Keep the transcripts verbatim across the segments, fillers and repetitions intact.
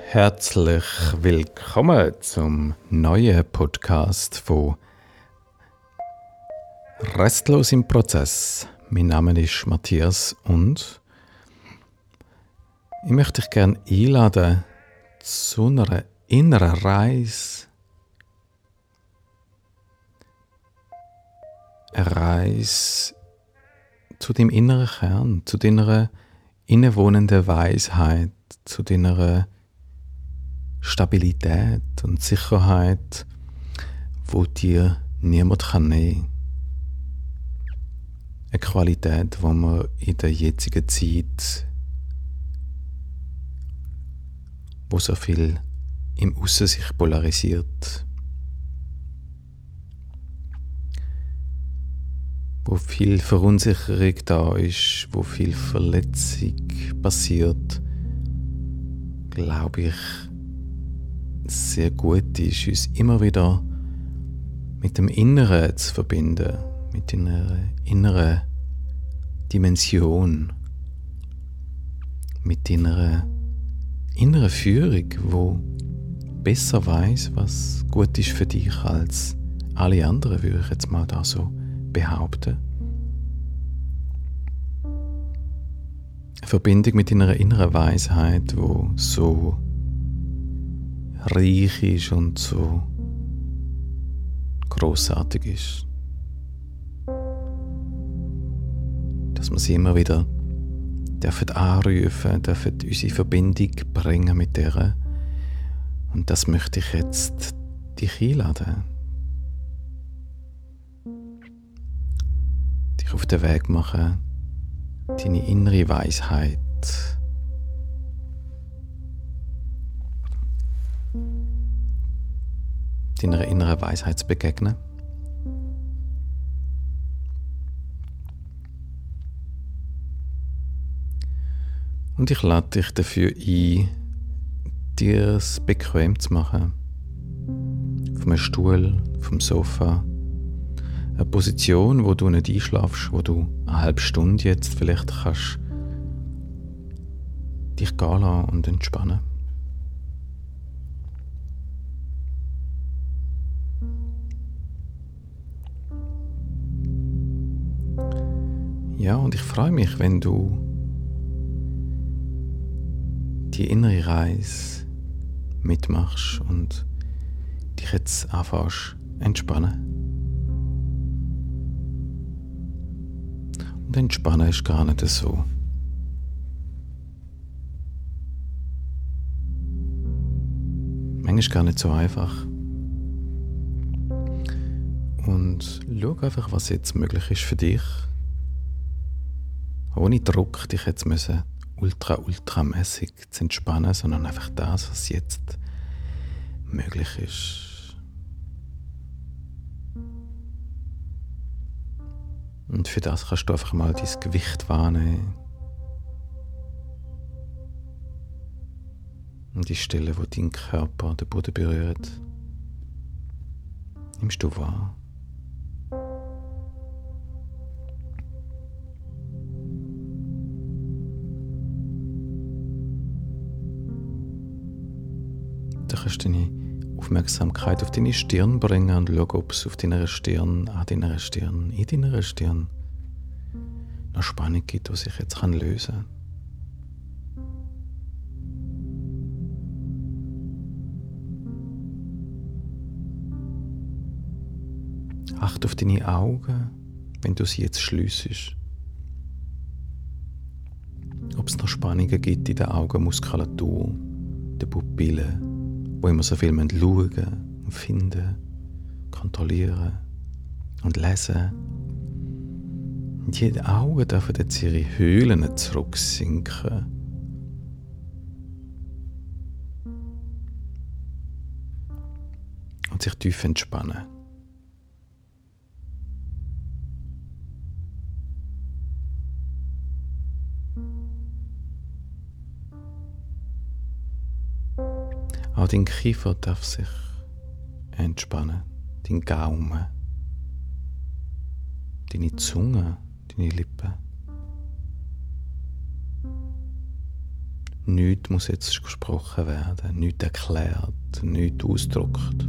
Herzlich willkommen zum neuen Podcast von Restlos im Prozess. Mein Name ist Matthias und ich möchte dich gerne einladen zu einer inneren Reise. Eine Reise zu deinem inneren Kern, zu deiner innewohnenden Weisheit, zu deiner Stabilität und Sicherheit, wo dir niemand kann nehmen. Eine Qualität, die man in der jetzigen Zeit, wo so viel im Aussen sich polarisiert, wo viel Verunsicherung da ist, wo viel Verletzung passiert, glaube ich, sehr gut ist, uns immer wieder mit dem Inneren zu verbinden, mit einer inneren Dimension, mit einer inneren Führung, wo besser weiß, was gut ist für dich als alle anderen, würde ich jetzt mal da so behaupten. Eine Verbindung mit einer inneren Weisheit, wo so reich ist und so großartig ist, dass wir sie immer wieder dürfen anrufen, dürfen unsere Verbindung bringen mit der. Und das möchte ich jetzt dich einladen, dich auf den Weg machen, deine innere Weisheit deiner inneren Weisheit zu begegnen. Und ich lade dich dafür ein, dir es bequem zu machen. Auf einem Stuhl, vom Sofa. Eine Position, wo du nicht einschlafst, wo du eine halbe Stunde jetzt vielleicht kannst dich gehen lassen und entspannen. Ja, und ich freue mich, wenn du die innere Reise mitmachst und dich jetzt anfängst entspannen. Und entspannen ist gar nicht so. Manchmal gar nicht so einfach. Und schau einfach, was jetzt möglich ist für dich. Ohne Druck, dich jetzt müssen ultra, ultramäßig zu entspannen, sondern einfach das, was jetzt möglich ist. Und für das kannst du einfach mal dein Gewicht wahrnehmen. Und die Stelle, wo dein Körper den Boden berührt, nimmst du wahr. Du kannst deine Aufmerksamkeit auf deine Stirn bringen und schau, ob es auf deiner Stirn, an deiner Stirn, in deiner Stirn noch Spannung gibt, die sich jetzt lösen kann. Achte auf deine Augen, wenn du sie jetzt schliessest. Ob es noch Spannungen gibt in der Augenmuskulatur, der Pupillen, wo immer so viel schauen und finden, kontrollieren und lesen. Und jede Augen dürfen jetzt ihre Höhlen zurücksinken. Und sich tief entspannen. Auch dein Kiefer darf sich entspannen, dein Gaumen, deine Zunge, deine Lippen. Nichts muss jetzt gesprochen werden, nichts erklärt, nichts ausgedrückt.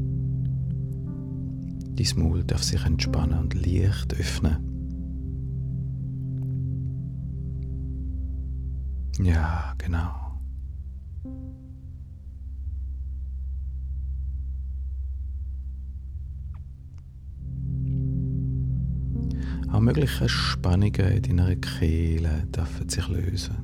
Dein Maul darf sich entspannen und leicht öffnen. Ja, genau. Auch mögliche Spannungen in deiner Kehle dürfen sich lösen.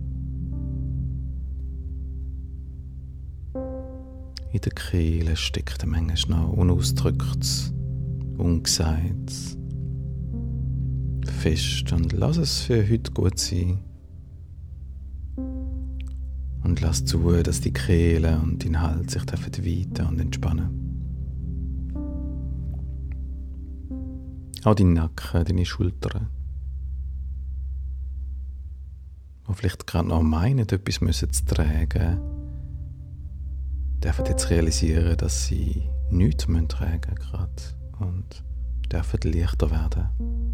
In der Kehle steckt manchmal noch Unausgedrücktes, Ungesagtes fest und lass es für heute gut sein. Und lass zu, dass die Kehle und dein Hals sich weiten und entspannen. Auch dein Nacken, deine Schultern, die vielleicht gerade noch meinen, etwas müssen zu tragen, dürfen jetzt realisieren, dass sie nichts müssen tragen gerade und dürfen leichter werden.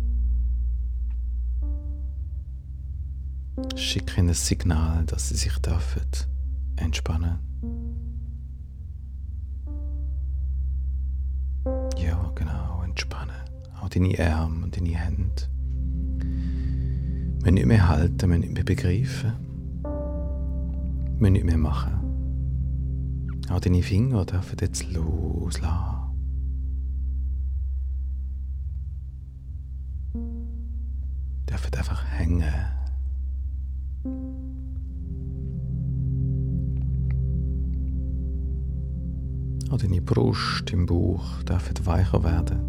Schick ihnen ein Signal, dass sie sich dürfen entspannen. Ja, genau, entspannen. Auch deine Arme und deine Hände. Wir müssen nicht mehr halten, wir müssen nicht mehr begreifen. Wir müssen nicht mehr machen. Auch deine Finger dürfen jetzt loslassen. Dürfen einfach hängen. Auch deine Brust im Bauch dürfen weicher werden.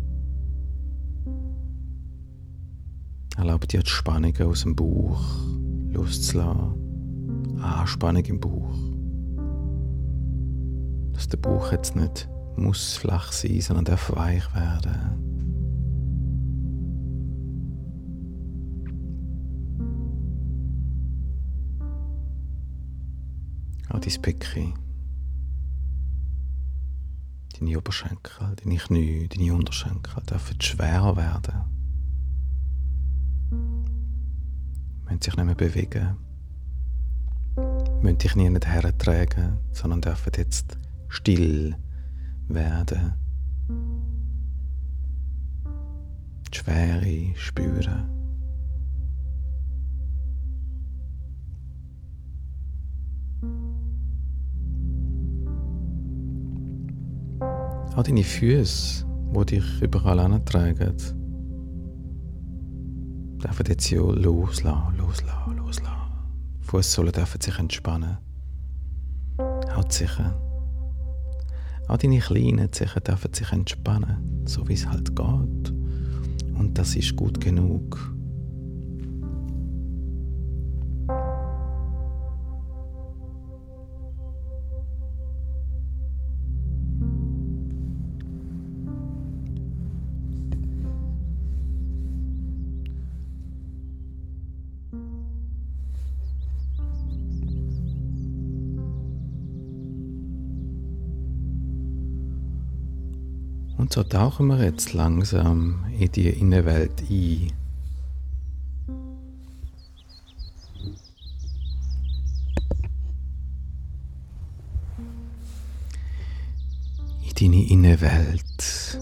Erlaube dir die Spannungen aus dem Bauch loszulassen. Anspannung im Bauch. Dass der Bauch jetzt nicht muss flach sein, sondern darf weich werden. Auch dein Becken. Deine Oberschenkel, deine Knie, deine Unterschenkel dürfen schwer werden. Müssen sich nicht mehr bewegen. Müssen dich nie nicht hertragen, sondern dürfen jetzt still werden. Die Schwere spüren. Auch deine Füße, die dich überall hintragen, dürfen jetzt ja loslassen, loslassen, loslassen. Die Fußsohlen dürfen sich entspannen. Auch die Zehen. Auch deine kleinen Zehen dürfen sich entspannen, so wie es halt geht. Und das ist gut genug. Und so tauchen wir jetzt langsam in die Innenwelt ein. In deine Innenwelt.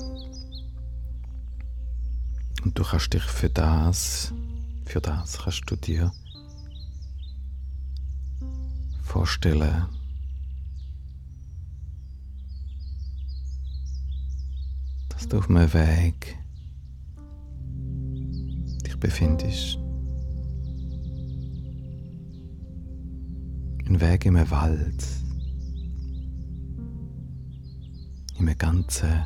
Und du kannst dich für das, für das kannst du dir vorstellen, dass du auf einem Weg dich befindest. Ein Weg im Wald, in einem ganzen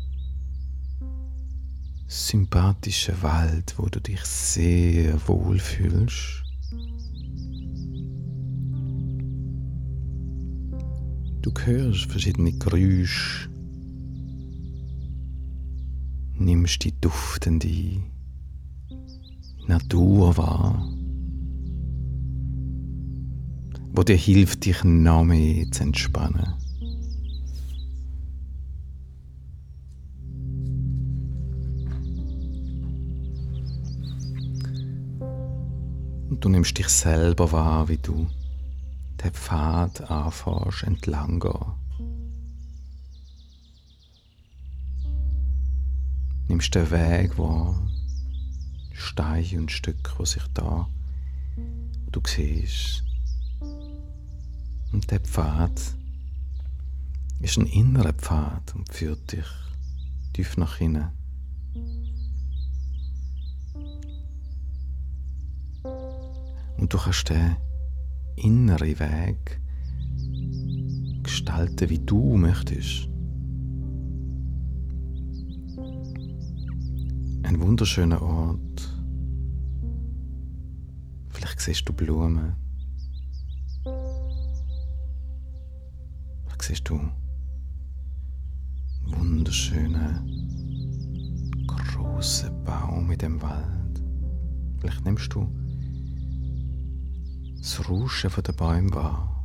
sympathischen Wald, wo du dich sehr wohl fühlst. Du hörst verschiedene Geräusche, nimmst die duftende Natur wahr, wo dir hilft, dich noch mehr zu entspannen. Und du nimmst dich selber wahr, wie du den Pfad anfängst entlang gehen. Nimmst den Weg wahr, Steine und Stücke, die sich da, wo du siehst. Und der Pfad ist ein innerer Pfad und führt dich tief nach innen. Und du kannst den inneren Weg gestalten, wie du möchtest. Ein wunderschöner Ort. Vielleicht siehst du Blumen. Vielleicht siehst du einen wunderschönen, grossen Baum in dem Wald. Vielleicht nimmst du das Rauschen der Bäume wahr.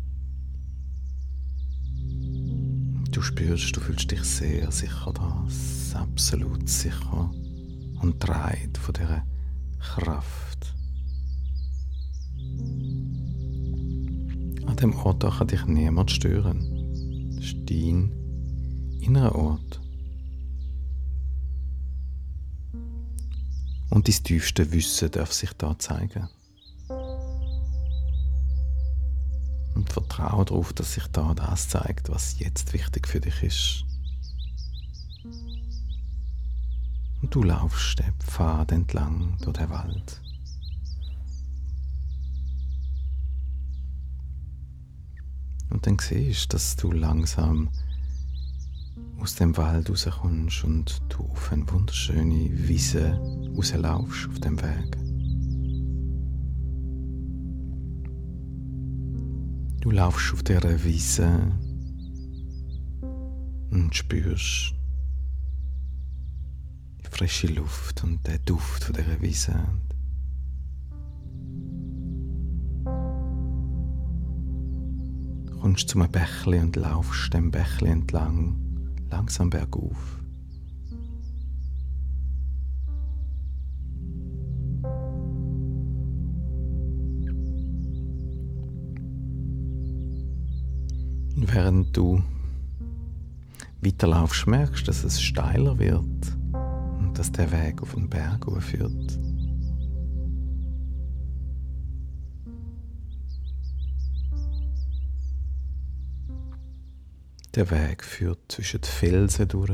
Du spürst, du fühlst dich sehr sicher da, absolut sicher und getragen von dieser Kraft. An dem Ort kann dich niemand stören. Das ist dein innerer Ort. Und dein tiefste Wissen darf sich da zeigen. Und vertraue darauf, dass sich da das zeigt, was jetzt wichtig für dich ist. Und du laufst den Pfad entlang durch den Wald. Und dann siehst du, dass du langsam aus dem Wald rauskommst und du auf eine wunderschöne Wiese rauslaufst auf dem Weg. Du laufst auf dieser Wiese und spürst die frische Luft und den Duft von dieser Wiese. Du kommst zu einem Bächli und laufst dem Bächli entlang, langsam bergauf. Und während du weiterlaufst, merkst du, dass es steiler wird und dass der Weg auf den Berg führt. Der Weg führt zwischen den Felsen durch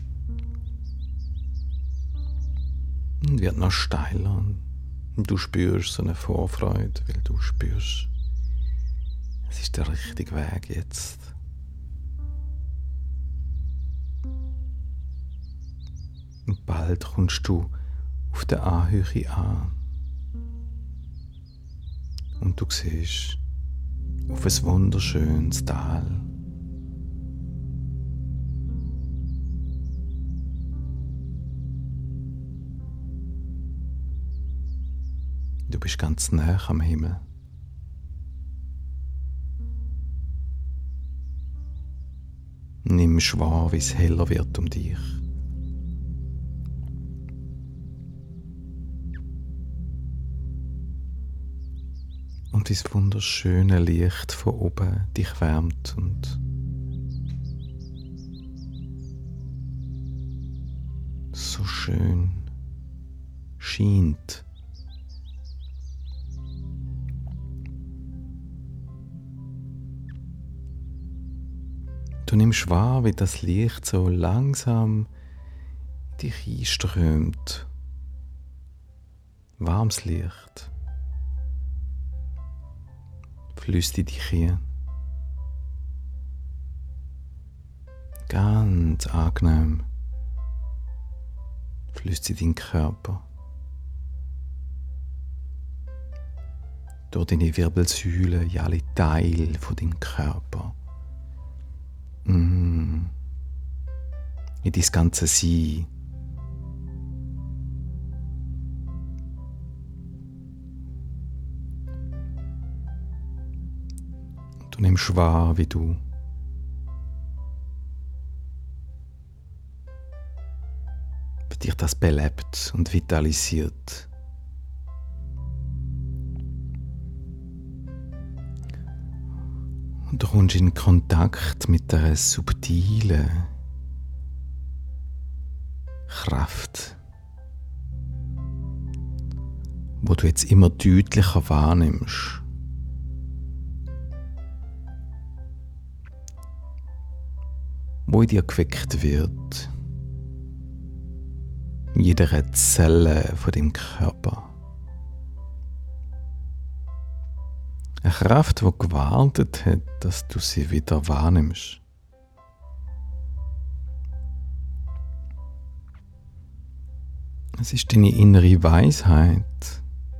und wird noch steiler. Und du spürst so eine Vorfreude, weil du spürst, es ist der richtige Weg jetzt. Und bald kommst du auf der Anhöhe an. Und du siehst auf ein wunderschönes Tal. Du bist ganz nah am Himmel. Nimm wahr, wie es heller wird um dich. Und das wunderschöne Licht von oben dich wärmt und so schön scheint. Du nimmst wahr, wie das Licht so langsam in dich einströmt. Warmes Licht fließt in dich hin. Ganz angenehm fließt in deinen Körper. Durch deine Wirbelsäule, in alle Teile von deinem Körper. Mm. In dein ganze Sein. Du nimmst wahr, wie du wie dich das belebt und vitalisiert. Und du kommst in Kontakt mit der subtilen Kraft, wo du jetzt immer deutlicher wahrnimmst. Wo in dir geweckt wird, in jeder Zelle von deinem Körper. Eine Kraft, die gewartet hat, dass du sie wieder wahrnimmst. Es ist deine innere Weisheit,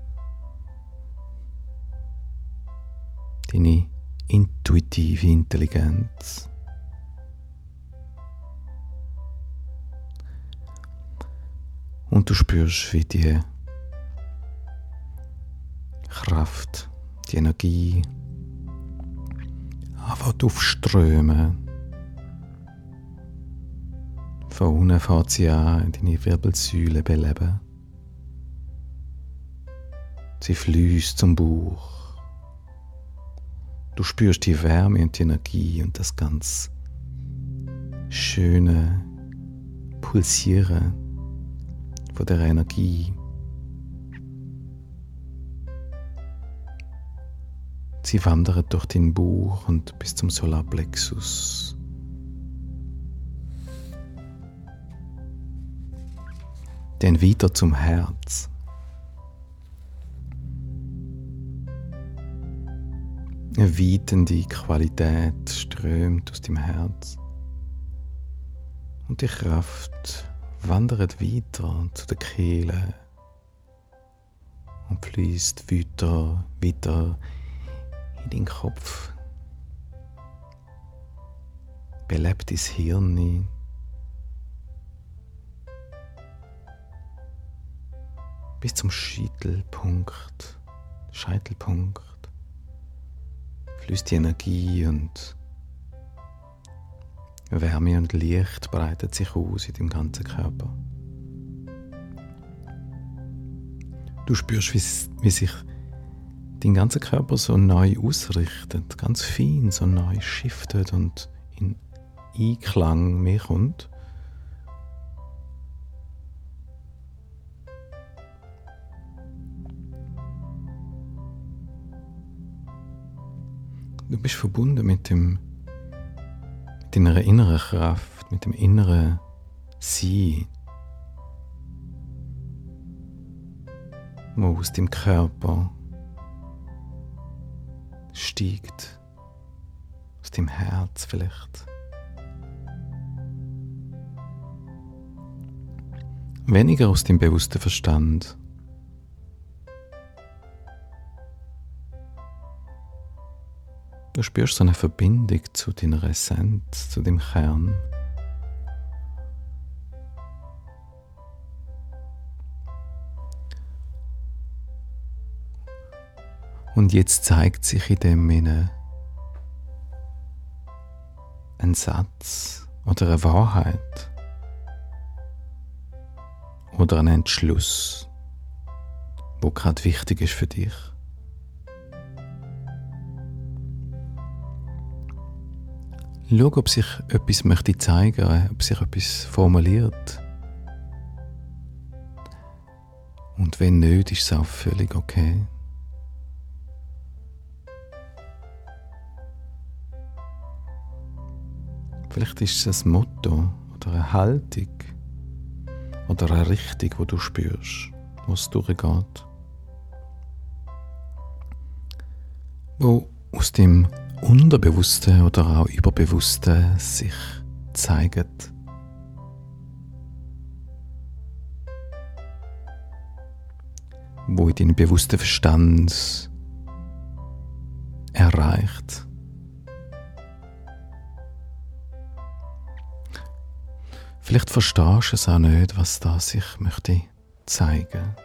deine intuitive Intelligenz. Und du spürst, wie die Kraft, die Energie anfängt aufströmen. Von unten fängt sie an, deine Wirbelsäule beleben. Sie fließt zum Bauch. Du spürst die Wärme und die Energie und das ganz schöne Pulsieren von der Energie. Sie wandert durch den Bauch und bis zum Solarplexus. Dann weiter zum Herz. Eine weitende Qualität strömt aus dem Herz. Und die Kraft wandert weiter zu der Kehle und fließt weiter, weiter in den Kopf. Belebt das Hirn. Bis zum Scheitelpunkt, Scheitelpunkt fließt die Energie und Wärme und Licht breitet sich aus in dem ganzen Körper. Du spürst, wie, wie sich dein ganzer Körper so neu ausrichtet, ganz fein so neu shiftet und in Einklang mehr kommt. Du bist verbunden mit dem, mit deiner inneren Kraft, mit dem inneren Sein, wo aus dem Körper steigt, aus dem Herz vielleicht. Weniger aus dem bewussten Verstand. Du spürst so eine Verbindung zu deiner Essenz, zu dem Kern. Und jetzt zeigt sich in dem Sinne ein Satz oder eine Wahrheit oder ein Entschluss, wo gerade wichtig ist für dich. Schau, ob sich etwas möchte zeigen, ob sich etwas formuliert. Und wenn nicht, ist es auch völlig okay. Vielleicht ist es ein Motto oder eine Haltung oder eine Richtung, die du spürst, wo es durchgeht. Wo aus dem Unterbewussten oder auch Überbewussten sich zeigt. Wo in deinen bewussten Verstand erreicht. Vielleicht verstehst du es auch nicht, was da sich möchte zeigen.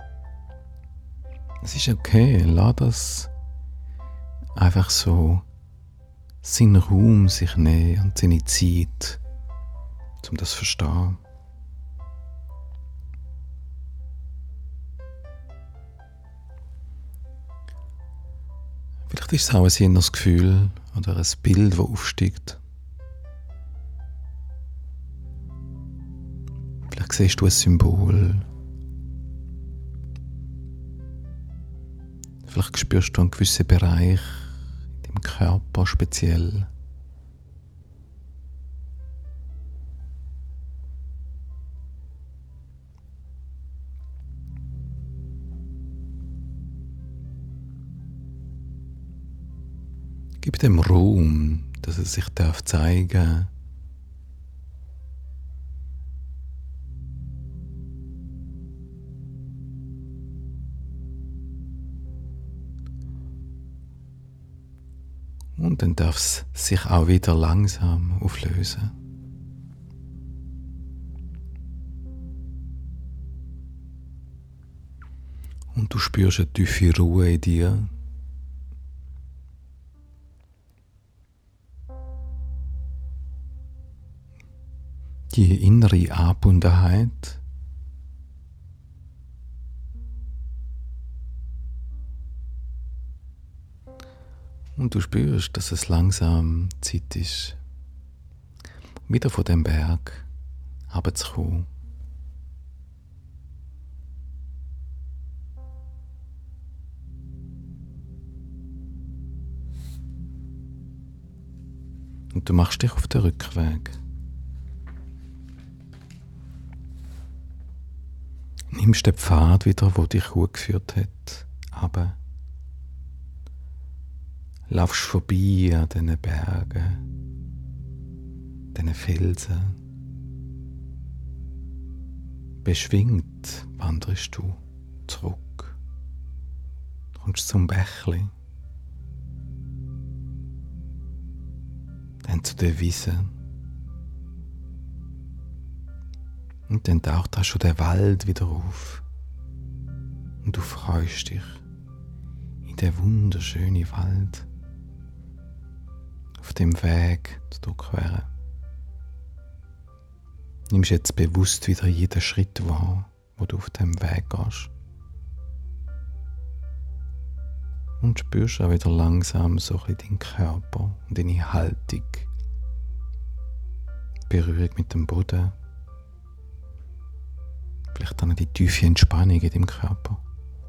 Es ist okay, lass das einfach so seinen Raum sich nehmen und seine Zeit, um das zu verstehen. Vielleicht Vielleicht ist es auch ein inneres Gefühl oder ein Bild, das aufsteigt. Vielleicht siehst du ein Symbol. Vielleicht spürst du einen gewissen Bereich in deinem Körper speziell. Gib dem Raum, dass es sich darf zeigen. Und dann darf es sich auch wieder langsam auflösen. Und du spürst eine tiefe Ruhe in dir. Die innere Angebundenheit. Und du spürst, dass es langsam Zeit ist, wieder von dem Berg herunterzukommen. Und du machst dich auf den Rückweg. Nimmst den Pfad wieder, der dich hochgeführt hat, runter. Laufst vorbei an diesen Bergen, diesen Felsen. Beschwingt wanderst du zurück. Du kommst zum Bächli. Dann zu der Wiese. Und dann taucht auch schon der Wald wieder auf. Und du freust dich in den wunderschönen Wald. Auf dem Weg zu durchqueren. Nimmst jetzt bewusst wieder jeden Schritt wahr, wo du auf dem Weg gehst. Und spürst auch wieder langsam so ein bisschen deinen Körper und deine Haltung. Berührung mit dem Boden. Vielleicht dann die tiefe Entspannung in deinem Körper.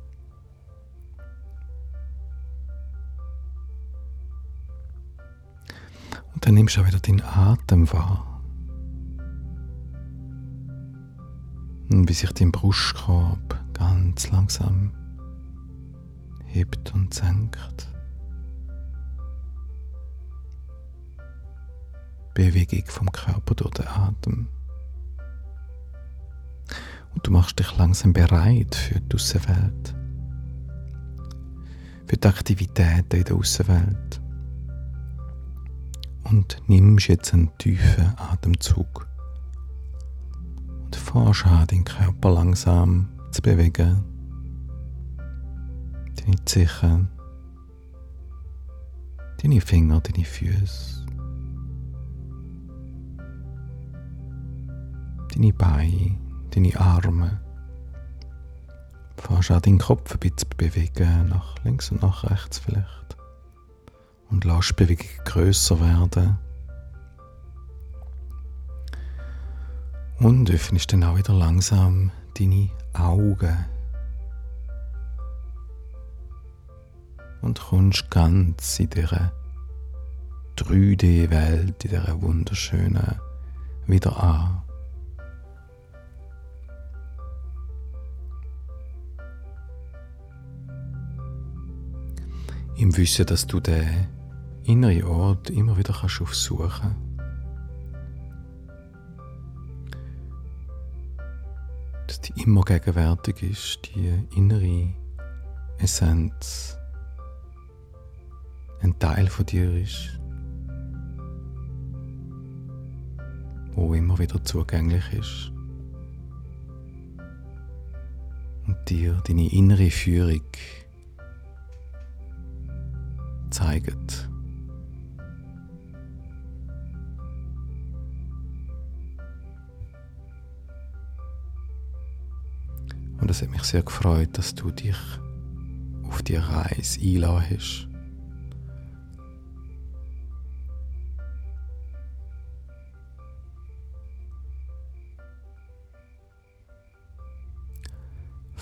Und dann nimmst du auch wieder deinen Atem wahr. Und wie sich dein Brustkorb ganz langsam hebt und senkt. Bewegung vom Körper durch den Atem. Und du machst dich langsam bereit für die Aussenwelt. Für die Aktivitäten in der Aussenwelt. Und nimmst jetzt einen tiefen Atemzug. Und fährst an, deinen Körper langsam zu bewegen. Deine Zehen, deine Finger, deine Füße, deine Beine, deine Arme. Fährst an, deinen Kopf ein bisschen bewegen, nach links und nach rechts vielleicht. Und lass die Bewegung grösser werden. Und öffnest dann auch wieder langsam deine Augen. Und kommst ganz in dieser drei D-Welt, in dieser wunderschönen, wieder an. Im Wissen, dass du den inneren Ort immer wieder kannst aufsuchen kannst. Dass die immer gegenwärtig ist, die innere Essenz ein Teil von dir ist, wo immer wieder zugänglich ist und dir deine innere Führung zeigt. Und es hat mich sehr gefreut, dass du dich auf die Reise einlassen hast.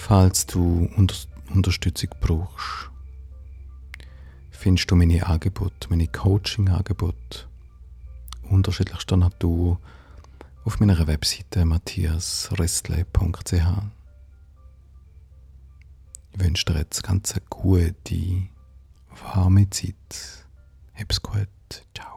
Falls du Unter- Unterstützung brauchst, findest du meine Angebote, meine Coaching-Angebote unterschiedlichster Natur auf meiner Webseite matthias restle punkt c h. Ich wünsche dir jetzt ganz eine gute, warme Zeit. Hab's gut. Ciao.